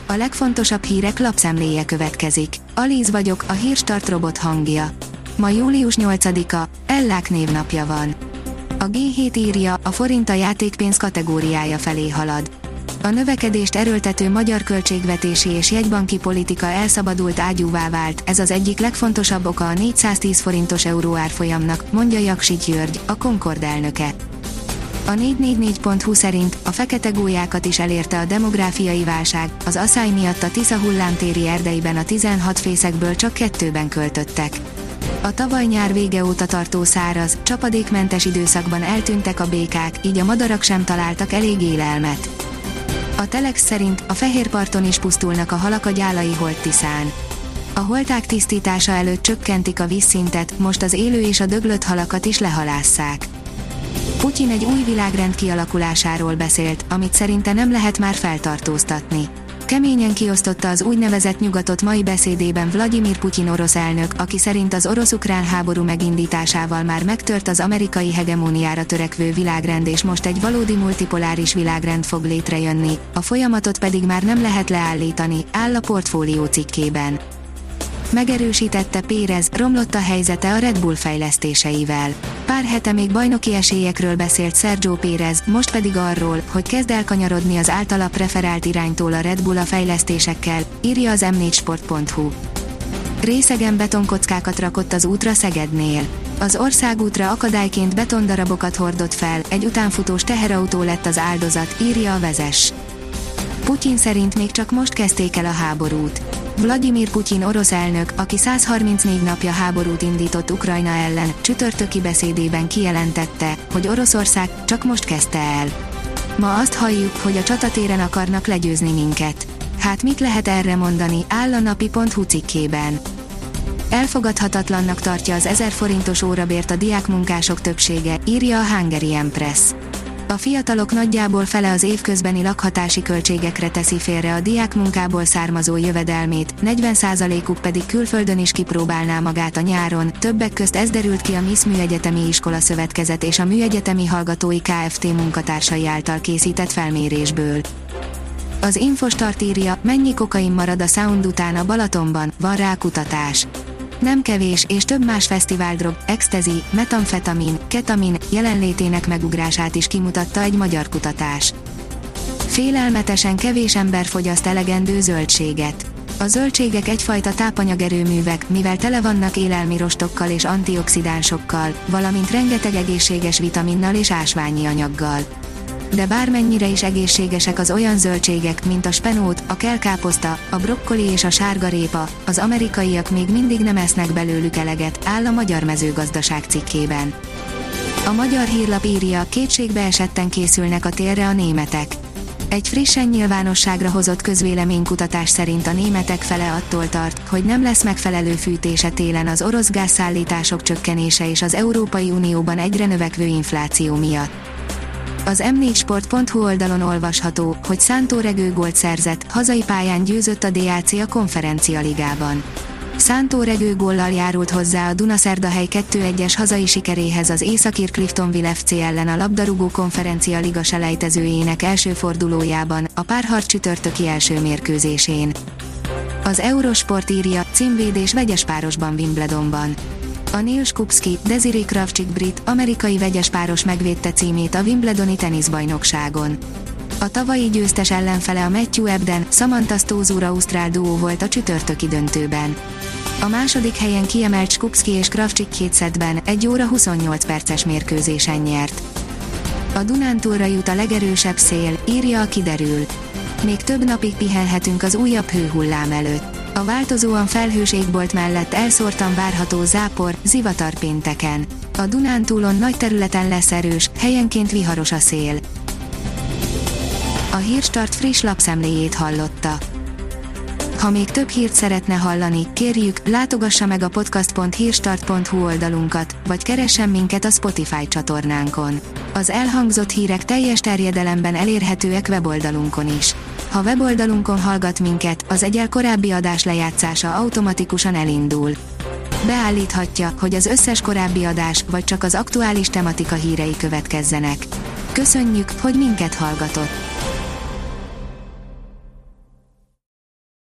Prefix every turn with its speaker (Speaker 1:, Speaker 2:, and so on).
Speaker 1: A legfontosabb hírek lapszemléje következik. Alíz vagyok, a Hírstart robot hangja. Ma július 8-a, Ellák névnapja van. A G7 írja, a forint a játékpénz kategóriája felé halad. A növekedést erőltető magyar költségvetési és jegybanki politika elszabadult ágyúvá vált, ez az egyik legfontosabb oka a 410 forintos euró árfolyamnak, mondja Jaksich György, a Concord elnöke. A 444.hu szerint a fekete gólyákat is elérte a demográfiai válság, az aszály miatt a Tisza hullámtéri erdeiben a 16 fészekből csak 2-ben költöttek. A tavaly nyár vége óta tartó száraz, csapadékmentes időszakban eltűntek a békák, így a madarak sem találtak elég élelmet. A Telex szerint a Fehérparton is pusztulnak a halak a Gyálai Holt-Tiszán. A holták tisztítása előtt csökkentik a vízszintet, most az élő és a döglött halakat is lehalásszák. Putyin egy új világrend kialakulásáról beszélt, amit szerinte nem lehet már feltartóztatni. Keményen kiosztotta az úgynevezett nyugatot mai beszédében Vladimir Putyin orosz elnök, aki szerint az orosz-ukrán háború megindításával már megtört az amerikai hegemóniára törekvő világrend, és most egy valódi multipoláris világrend fog létrejönni, a folyamatot pedig már nem lehet leállítani, áll a Portfólió cikkében. Megerősítette Pérez, romlott a helyzete a Red Bull fejlesztéseivel. Pár hete még bajnoki esélyekről beszélt Sergio Pérez, most pedig arról, hogy kezd elkanyarodni az általa preferált iránytól a Red Bull a fejlesztésekkel, írja az m4sport.hu. Részegen betonkockákat rakott az útra Szegednél. Az országútra akadályként betondarabokat hordott fel, egy utánfutós teherautó lett az áldozat, írja a Vezes. Putyin szerint még csak most kezdték el a háborút. Vladimir Putyin orosz elnök, aki 134 napja háborút indított Ukrajna ellen, csütörtöki beszédében kijelentette, hogy Oroszország csak most kezdte el. Ma azt halljuk, hogy a csatatéren akarnak legyőzni minket. Hát mit lehet erre mondani, áll a napi.hu cikkében. Elfogadhatatlannak tartja az 1000 forintos órabért a diákmunkások többsége, írja a Hungarian Press. A fiatalok nagyjából fele az évközbeni lakhatási költségekre teszi félre a diákmunkából származó jövedelmét, 40%-uk pedig külföldön is kipróbálná magát a nyáron, többek közt ez derült ki a MISZ Műegyetemi Iskola Szövetkezet és a Műegyetemi Hallgatói Kft. Munkatársai által készített felmérésből. Az Infostart írja, mennyi kokain marad a Sound után a Balatonban, van rá kutatás. Nem kevés és több más fesztiváldrog, ecstasy, metamfetamin, ketamin jelenlétének megugrását is kimutatta egy magyar kutatás. Félelmetesen kevés ember fogyaszt elegendő zöldséget. A zöldségek egyfajta tápanyagerőművek, mivel tele vannak élelmi rostokkal és antioxidánsokkal, valamint rengeteg egészséges vitaminnal és ásványi anyaggal. De bármennyire is egészségesek az olyan zöldségek, mint a spenót, a kelkáposzta, a brokkoli és a sárgarépa, az amerikaiak még mindig nem esznek belőlük eleget, áll a Magyar Mezőgazdaság cikkében. A Magyar Hírlap írja, kétségbe esetten készülnek a térre a németek. Egy frissen nyilvánosságra hozott közvéleménykutatás szerint a németek fele attól tart, hogy nem lesz megfelelő fűtése télen az orosz gázszállítások csökkenése és az Európai Unióban egyre növekvő infláció miatt. Az m4sport.hu oldalon olvasható, hogy Szántó Regő gólt szerzett, hazai pályán győzött a DAC a Konferencia Ligában. Szántó Regő góllal járult hozzá a Dunaszerdahely 2-1-es hazai sikeréhez az Északír Cliftonville FC ellen a labdarúgó Konferencia Liga selejtezőjének első fordulójában, a párharc csütörtöki első mérkőzésén. Az Eurosport írja, címvédés vegyespárosban Wimbledonban. A Neil Skupski, Desiree Kravcsik brit, amerikai vegyespáros megvédte címét a Wimbledoni teniszbajnokságon. A tavalyi győztes ellenfele a Matthew Ebden, Samantha Stosur ausztrál duó volt a csütörtöki döntőben. A második helyen kiemelt Skupski és Kravcsik 2 szettben, 1 óra 28 perces mérkőzésen nyert. A Dunántúlra jut a legerősebb szél, írja a Kiderül. Még több napig pihenhetünk az újabb hőhullám előtt. A változóan felhős égbolt mellett elszórtan várható zápor, zivatar pénteken. A Dunántúlon nagy területen lesz erős, helyenként viharos a szél. A Hírstart friss lapszemléjét hallotta. Ha még több hírt szeretne hallani, kérjük, látogassa meg a podcast.hírstart.hu oldalunkat, vagy keressen minket a Spotify csatornánkon. Az elhangzott hírek teljes terjedelemben elérhetőek weboldalunkon is. Ha weboldalunkon hallgat minket, az egyel korábbi adás lejátszása automatikusan elindul. Beállíthatja, hogy az összes korábbi adás, vagy csak az aktuális tematika hírei következzenek. Köszönjük, hogy minket hallgatott!